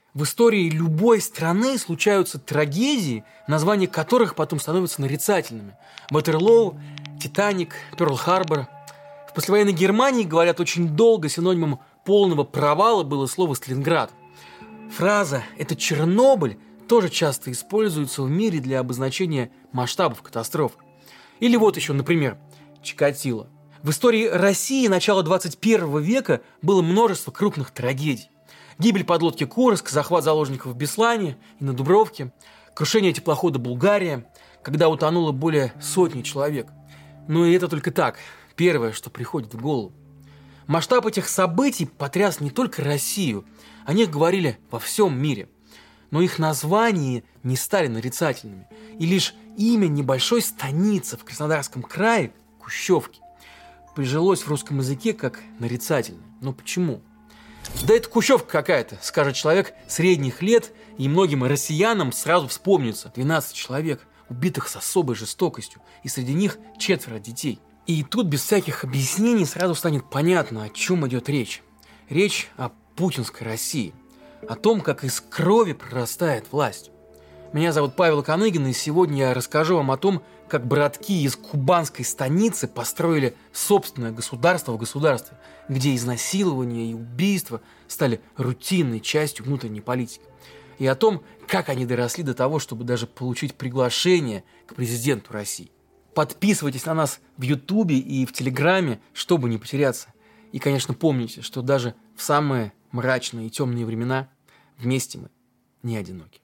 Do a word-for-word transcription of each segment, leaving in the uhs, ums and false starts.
В истории любой страны случаются трагедии, названия которых потом становятся нарицательными. Ватерлоу, Титаник, Пёрл-Харбор. В послевоенной Германии, говорят, очень долго синонимом полного провала было слово «Сталинград». Фраза «это Чернобыль» тоже часто используется в мире для обозначения масштабов катастроф. Или вот еще, например, Чикатило. В истории России начала двадцать первого века было множество крупных трагедий. Гибель подлодки «Курск», захват заложников в Беслане и на Дубровке, крушение теплохода «Булгария», когда утонуло более сотни человек. Но и это только так, первое, что приходит в голову. Масштаб этих событий потряс не только Россию, о них говорили во всем мире. Но их названия не стали нарицательными, и лишь имя небольшой станицы в Краснодарском крае, Кущевки, прижилось в русском языке как нарицательное. Но почему? Да это Кущевка какая-то, скажет человек средних лет, и многим россиянам сразу вспомнится двенадцать человек, убитых с особой жестокостью, и среди них четверо детей. И тут без всяких объяснений сразу станет понятно, о чем идет речь. Речь о путинской России, о том, как из крови прорастает власть. Меня зовут Павел Коныгин, и сегодня я расскажу вам о том, как братки из кубанской станицы построили собственное государство в государстве, где изнасилования и убийства стали рутинной частью внутренней политики. И о том, как они доросли до того, чтобы даже получить приглашение к президенту России. Подписывайтесь на нас в Ютубе и в Телеграме, чтобы не потеряться. И, конечно, помните, что даже в самые мрачные и темные времена вместе мы не одиноки.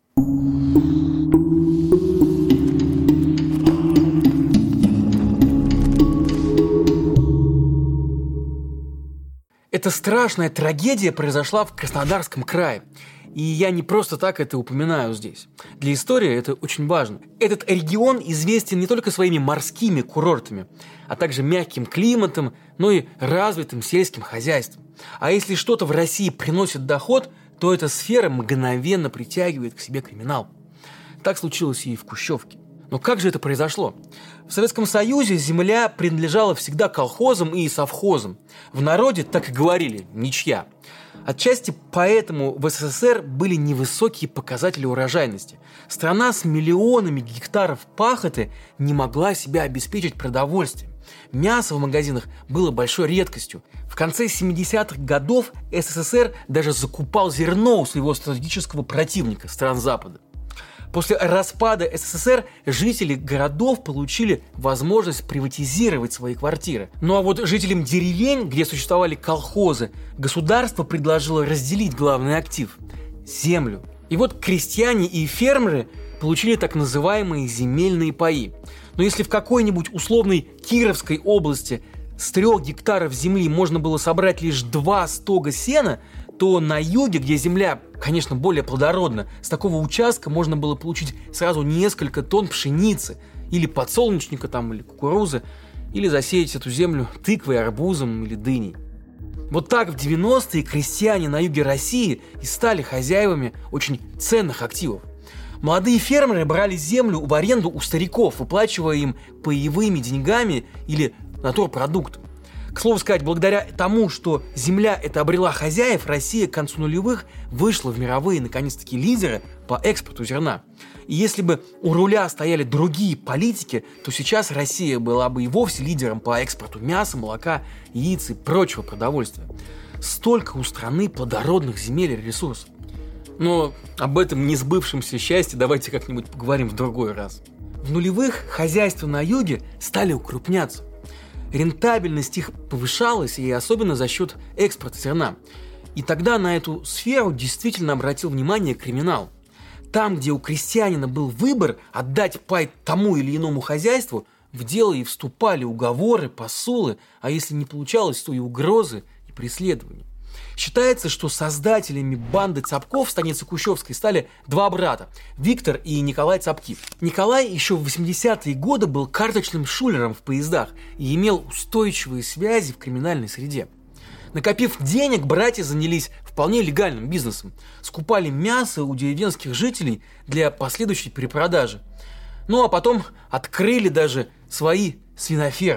Эта страшная трагедия произошла в Краснодарском крае. И я не просто так это упоминаю здесь. Для истории это очень важно. Этот регион известен не только своими морскими курортами, а также мягким климатом, но и развитым сельским хозяйством. А если что-то в России приносит доход, то эта сфера мгновенно притягивает к себе криминал. Так случилось и в Кущевке. Но как же это произошло? В Советском Союзе земля принадлежала всегда колхозам и совхозам. В народе так и говорили – ничья. Отчасти поэтому в СССР были невысокие показатели урожайности. Страна с миллионами гектаров пахоты не могла себя обеспечить продовольствием. Мясо в магазинах было большой редкостью. В конце семидесятых годов СССР даже закупал зерно у своего стратегического противника – стран Запада. После распада СССР жители городов получили возможность приватизировать свои квартиры. Ну а вот жителям деревень, где существовали колхозы, государство предложило разделить главный актив – землю. И вот крестьяне и фермеры получили так называемые земельные паи. Но если в какой-нибудь условной Кировской области с трех гектаров земли можно было собрать лишь два стога сена, то на юге, где земля, конечно, более плодородна, с такого участка можно было получить сразу несколько тонн пшеницы, или подсолнечника там, или кукурузы, или засеять эту землю тыквой, арбузом или дыней. Вот так в девяностые крестьяне на юге России и стали хозяевами очень ценных активов. Молодые фермеры брали землю в аренду у стариков, выплачивая им паевыми деньгами или натурпродуктом. К слову сказать, благодаря тому, что земля эта обрела хозяев, Россия к концу нулевых вышла в мировые, наконец-таки, лидеры по экспорту зерна. И если бы у руля стояли другие политики, то сейчас Россия была бы и вовсе лидером по экспорту мяса, молока, яиц и прочего продовольствия. Столько у страны плодородных земель и ресурсов. Но об этом несбывшемся счастье давайте как-нибудь поговорим в другой раз. В нулевых хозяйства на юге стали укрупняться. Рентабельность их повышалась, и особенно за счет экспорта зерна. И тогда на эту сферу действительно обратил внимание криминал. Там, где у крестьянина был выбор отдать пай тому или иному хозяйству, в дело и вступали уговоры, посулы, а если не получалось, то и угрозы и преследования. Считается, что создателями банды Цапков в станице Кущевской стали два брата – Виктор и Николай Цапки. Николай еще в восьмидесятые годы был карточным шулером в поездах и имел устойчивые связи в криминальной среде. Накопив денег, братья занялись вполне легальным бизнесом. Скупали мясо у деревенских жителей для последующей перепродажи. Ну а потом открыли даже свои свинофермы.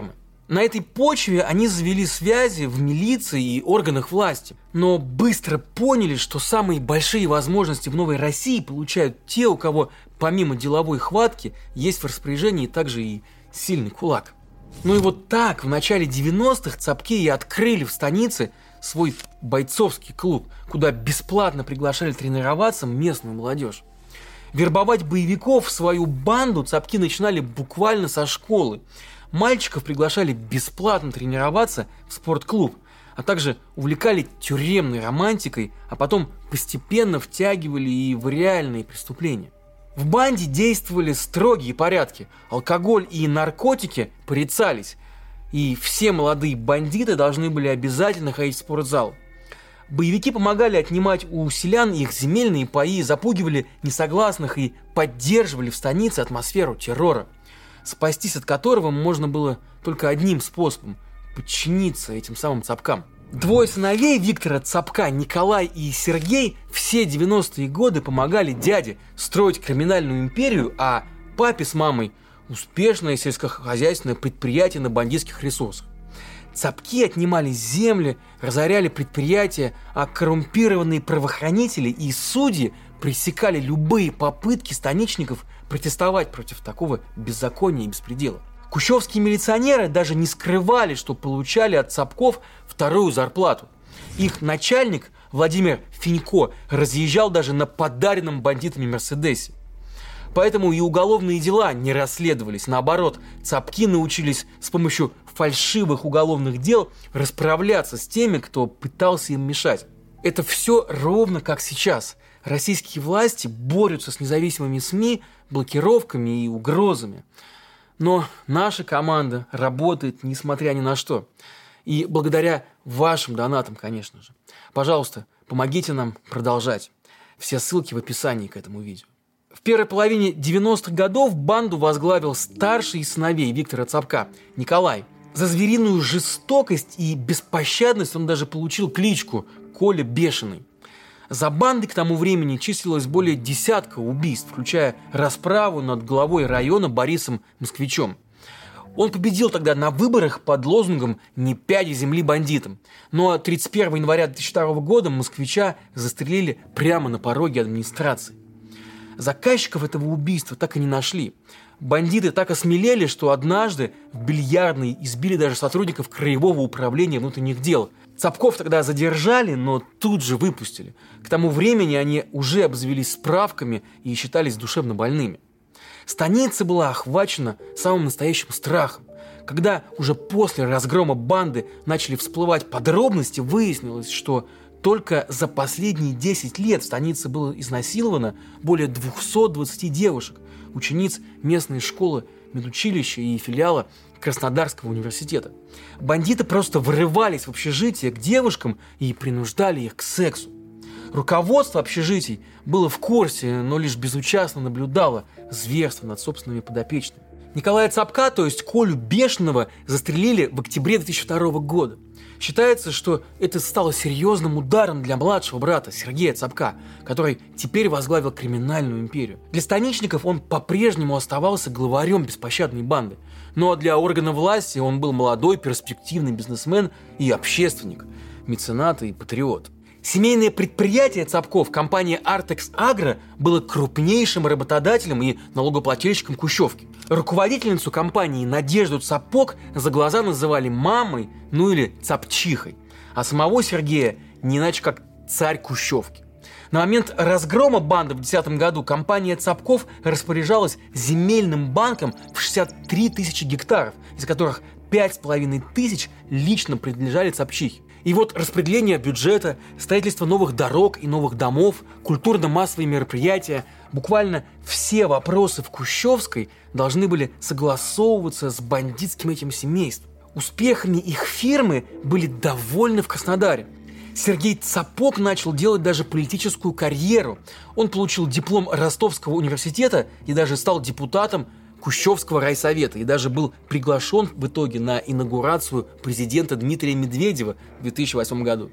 На этой почве они завели связи в милиции и органах власти, но быстро поняли, что самые большие возможности в Новой России получают те, у кого помимо деловой хватки есть в распоряжении также и сильный кулак. Ну и вот так в начале девяностых Цапки и открыли в станице свой бойцовский клуб, куда бесплатно приглашали тренироваться местную молодежь. Вербовать боевиков в свою банду Цапки начинали буквально со школы. Мальчиков приглашали бесплатно тренироваться в спортклуб, а также увлекали тюремной романтикой, а потом постепенно втягивали и в реальные преступления. В банде действовали строгие порядки, алкоголь и наркотики порицались, и все молодые бандиты должны были обязательно ходить в спортзал. Боевики помогали отнимать у селян их земельные паи, запугивали несогласных и поддерживали в станице атмосферу террора, спастись от которого можно было только одним способом – подчиниться этим самым Цапкам. Двое сыновей Виктора Цапка, Николай и Сергей, все девяностые годы помогали дяде строить криминальную империю, а папе с мамой – успешное сельскохозяйственное предприятие на бандитских ресурсах. Цапки отнимали земли, разоряли предприятия, а коррумпированные правоохранители и судьи пресекали любые попытки станичников протестовать против такого беззакония и беспредела. Кущевские милиционеры даже не скрывали, что получали от Цапков вторую зарплату. Их начальник Владимир Финько разъезжал даже на подаренном бандитами Мерседесе. Поэтому и уголовные дела не расследовались. Наоборот, Цапки научились с помощью фальшивых уголовных дел расправляться с теми, кто пытался им мешать. Это все ровно как сейчас. Российские власти борются с независимыми СМИ, блокировками и угрозами. Но наша команда работает несмотря ни на что. И благодаря вашим донатам, конечно же. Пожалуйста, помогите нам продолжать. Все ссылки в описании к этому видео. В первой половине девяностых годов банду возглавил старший из сыновей Виктора Цапка, Николай. За звериную жестокость и беспощадность он даже получил кличку Коля Бешеный. За бандой к тому времени числилось более десятка убийств, включая расправу над главой района Борисом Москвичем. Он победил тогда на выборах под лозунгом «Не пяди земли бандитам». Но тридцать первого января две тысячи второго года Москвича застрелили прямо на пороге администрации. Заказчиков этого убийства так и не нашли. Бандиты так осмелели, что однажды в бильярдной избили даже сотрудников Краевого управления внутренних дел. Цапков тогда задержали, но тут же выпустили. К тому времени они уже обзавелись справками и считались душевно больными. Станица была охвачена самым настоящим страхом. Когда уже после разгрома банды начали всплывать подробности, выяснилось, что только за последние десять лет в станице было изнасиловано более двухсот двадцати девушек, учениц местной школы, медучилища и филиала Краснодарского университета. Бандиты просто врывались в общежитие к девушкам и принуждали их к сексу. Руководство общежитий было в курсе, но лишь безучастно наблюдало зверство над собственными подопечными. Николая Цапка, то есть Колю Бешеного, застрелили в октябре две тысячи второго года. Считается, что это стало серьезным ударом для младшего брата Сергея Цапка, который теперь возглавил криминальную империю. Для станичников он по-прежнему оставался главарем беспощадной банды. Но для органов власти он был молодой, перспективный бизнесмен и общественник, меценат и патриот. Семейное предприятие Цапков, компания «Артекс Агро», было крупнейшим работодателем и налогоплательщиком Кущевки. Руководительницу компании Надежду Цапок за глаза называли мамой, ну или Цапчихой, а самого Сергея не иначе как царь Кущевки. На момент разгрома банды в две тысячи десятом году компания Цапков распоряжалась земельным банком в шестьдесят три тысячи гектаров, из которых пять с половиной тысяч лично принадлежали Цапчихе. И вот распределение бюджета, строительство новых дорог и новых домов, культурно-массовые мероприятия, буквально все вопросы в Кущевской должны были согласовываться с бандитским этим семейством. Успехами их фирмы были довольны в Краснодаре. Сергей Цапок начал делать даже политическую карьеру. Он получил диплом Ростовского университета и даже стал депутатом Кущевского райсовета и даже был приглашен в итоге на инаугурацию президента Дмитрия Медведева в две тысячи восьмом году.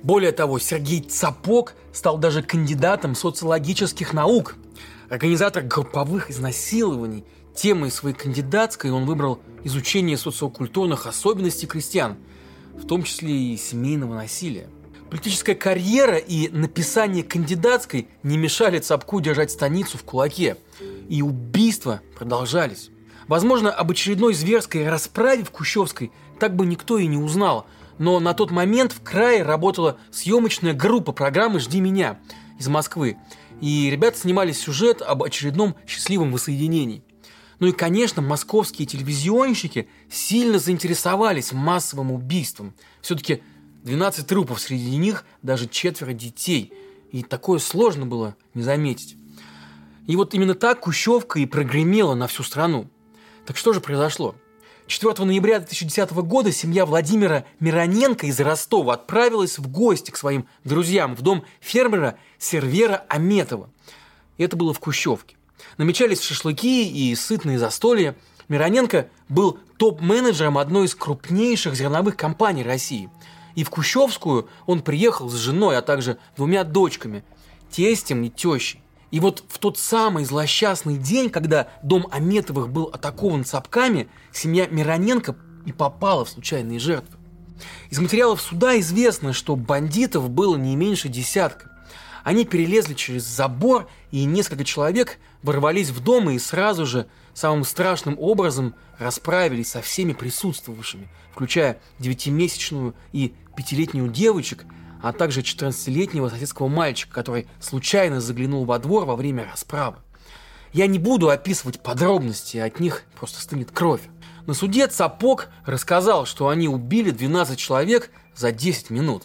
Более того, Сергей Цапок стал даже кандидатом социологических наук. Организатор групповых изнасилований. Темой своей кандидатской он выбрал изучение социокультурных особенностей крестьян, в том числе и семейного насилия. Политическая карьера и написание кандидатской не мешали Цапку держать станицу в кулаке, и убийства продолжались. Возможно, об очередной зверской расправе в Кущевской так бы никто и не узнал, но на тот момент в крае работала съемочная группа программы «Жди меня» из Москвы, и ребята снимали сюжет об очередном счастливом воссоединении. Ну и, конечно, московские телевизионщики сильно заинтересовались массовым убийством. Все-таки двенадцать трупов, среди них даже четверо детей. И такое сложно было не заметить. И вот именно так Кущевка и прогремела на всю страну. Так что же произошло? четвёртого ноября две тысячи десятого года семья Владимира Мироненко из Ростова отправилась в гости к своим друзьям в дом фермера Сервера Аметова. И это было в Кущевке. Намечались шашлыки и сытные застолья. Мироненко был топ-менеджером одной из крупнейших зерновых компаний России. И в Кущевскую он приехал с женой, а также двумя дочками, тестем и тещей. И вот в тот самый злосчастный день, когда дом Аметовых был атакован цапками, семья Мироненко и попала в случайные жертвы. Из материалов суда известно, что бандитов было не меньше десятка. Они перелезли через забор, и несколько человек ворвались в дом и сразу же самым страшным образом расправились со всеми присутствовавшими, включая девятимесячную и пятилетнюю девочек, а также четырнадцатилетнего соседского мальчика, который случайно заглянул во двор во время расправы. Я не буду описывать подробности, от них просто стынет кровь. На суде Цапок рассказал, что они убили двенадцать человек за десять минут.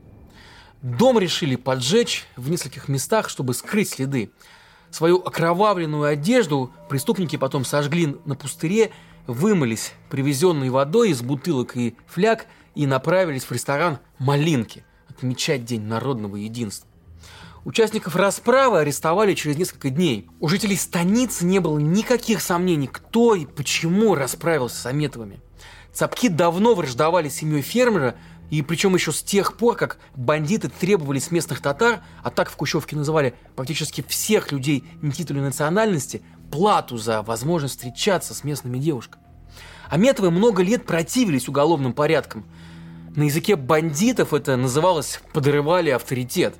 Дом решили поджечь в нескольких местах, чтобы скрыть следы. Свою окровавленную одежду преступники потом сожгли на пустыре, вымылись привезенной водой из бутылок и фляг и направились в ресторан «Малинки» отмечать День народного единства. Участников расправы арестовали через несколько дней. У жителей станицы не было никаких сомнений, кто и почему расправился с Аметовыми. Цапки давно враждовали с семьей фермера, и причем еще с тех пор, как бандиты требовали с местных татар, а так в Кущевке называли практически всех людей нетитульной национальности, плату за возможность встречаться с местными девушками. Аметовы много лет противились уголовным порядкам. На языке бандитов это называлось «подрывали авторитет».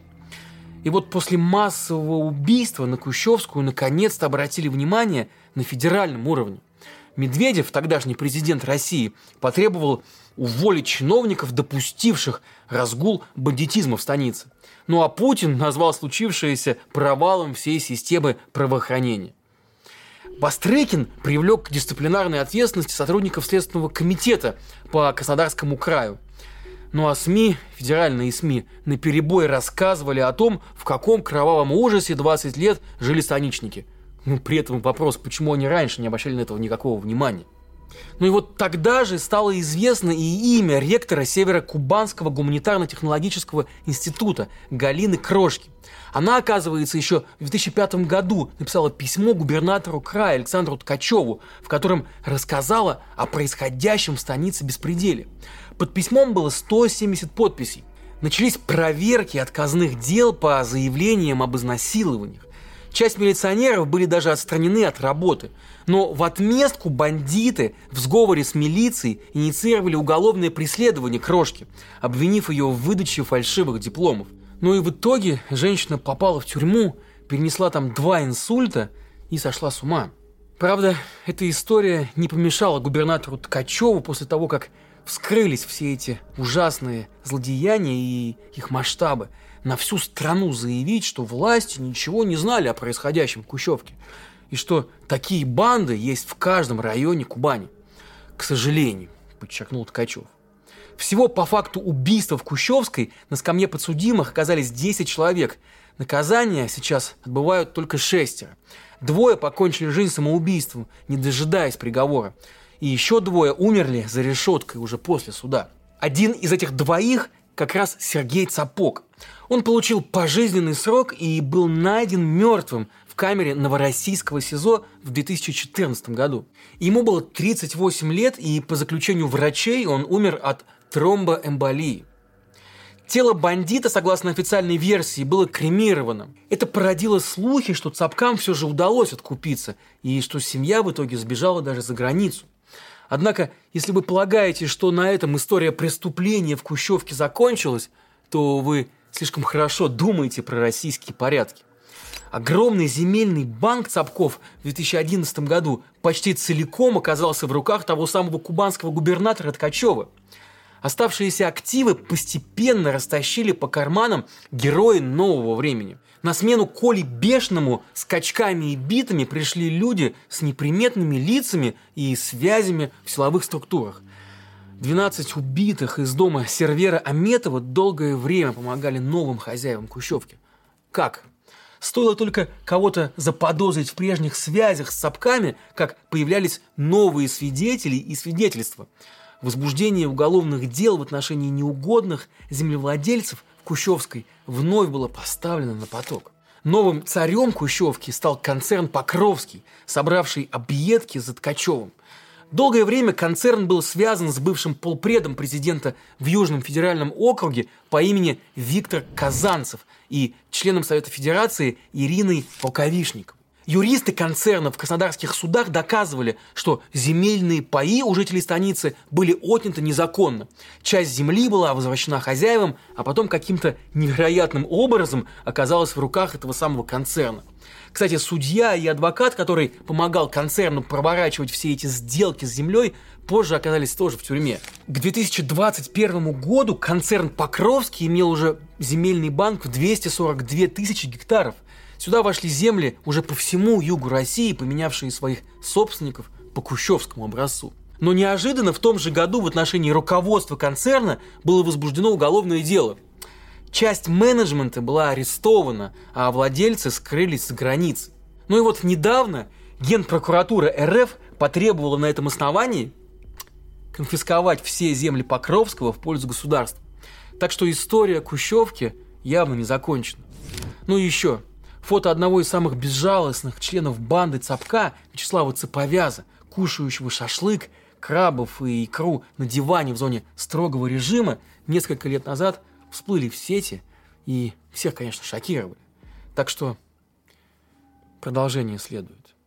И вот после массового убийства на Кущевскую наконец-то обратили внимание на федеральном уровне. Медведев, тогдашний президент России, потребовал уволить чиновников, допустивших разгул бандитизма в станице. Ну а Путин назвал случившееся провалом всей системы правоохранения. Бастрыкин привлек к дисциплинарной ответственности сотрудников Следственного комитета по Краснодарскому краю. Ну а СМИ, федеральные СМИ, наперебой рассказывали о том, в каком кровавом ужасе двадцать лет жили станичники. Ну, при этом вопрос, почему они раньше не обращали на этого никакого внимания. Ну и вот тогда же стало известно и имя ректора Северо-Кубанского гуманитарно-технологического института Галины Крошки. Она, оказывается, еще в две тысячи пятом году написала письмо губернатору края Александру Ткачеву, в котором рассказала о происходящем в станице беспределе. Под письмом было сто семьдесят подписей. Начались проверки отказных дел по заявлениям об изнасилованиях. Часть милиционеров были даже отстранены от работы. Но в отместку бандиты в сговоре с милицией инициировали уголовное преследование Крошки, обвинив ее в выдаче фальшивых дипломов. Ну и в итоге женщина попала в тюрьму, перенесла там два инсульта и сошла с ума. Правда, эта история не помешала губернатору Ткачеву после того, как вскрылись все эти ужасные злодеяния и их масштабы, на всю страну заявить, что власти ничего не знали о происходящем в Кущевке, и что такие банды есть в каждом районе Кубани. К сожалению, подчеркнул Ткачев. Всего по факту убийства в Кущевской на скамье подсудимых оказались десять человек. Наказания сейчас отбывают только шестеро. Двое покончили жизнь самоубийством, не дожидаясь приговора. И еще двое умерли за решеткой уже после суда. Один из этих двоих как раз Сергей Цапок. Он получил пожизненный срок и был найден мертвым в камере Новороссийского СИЗО в две тысячи четырнадцатом году. Ему было тридцать восемь лет, и по заключению врачей он умер от тромбоэмболии. Тело бандита, согласно официальной версии, было кремировано. Это породило слухи, что Цапкам все же удалось откупиться, и что семья в итоге сбежала даже за границу. Однако, если вы полагаете, что на этом история преступления в Кущевке закончилась, то вы слишком хорошо думаете про российские порядки. Огромный земельный банк Цапков в две тысячи одиннадцатом году почти целиком оказался в руках того самого кубанского губернатора Ткачева. Оставшиеся активы постепенно растащили по карманам герои нового времени. На смену Коле Бешеному с качками и битами пришли люди с неприметными лицами и связями в силовых структурах. двенадцать убитых из дома Сервера Аметова долгое время помогали новым хозяевам Кущевки. Как? Стоило только кого-то заподозрить в прежних связях с Цапками, как появлялись новые свидетели и свидетельства. Возбуждение уголовных дел в отношении неугодных землевладельцев в Кущевской вновь было поставлено на поток. Новым царем Кущевки стал концерн Покровский, собравший объедки за Ткачевым. Долгое время концерн был связан с бывшим полпредом президента в Южном федеральном округе по имени Виктор Казанцев и членом Совета Федерации Ириной Полковишниковой. Юристы концерна в краснодарских судах доказывали, что земельные паи у жителей станицы были отняты незаконно. Часть земли была возвращена хозяевам, а потом каким-то невероятным образом оказалась в руках этого самого концерна. Кстати, судья и адвокат, который помогал концерну проворачивать все эти сделки с землей, позже оказались тоже в тюрьме. К две тысячи двадцать первому году концерн Покровский имел уже земельный банк в двести сорок две тысячи гектаров. Сюда вошли земли уже по всему югу России, поменявшие своих собственников по кущевскому образцу. Но неожиданно в том же году в отношении руководства концерна было возбуждено уголовное дело. Часть менеджмента была арестована, а владельцы скрылись за границей. Ну и вот недавно Генпрокуратура эр эф потребовала на этом основании конфисковать все земли Покровского в пользу государства. Так что история Кущевки явно не закончена. Ну и еще. Фото одного из самых безжалостных членов банды Цапка, Вячеслава Цаповяза, кушающего шашлык, крабов и икру на диване в зоне строгого режима, несколько лет назад всплыли в сети и всех, конечно, шокировали. Так что продолжение следует.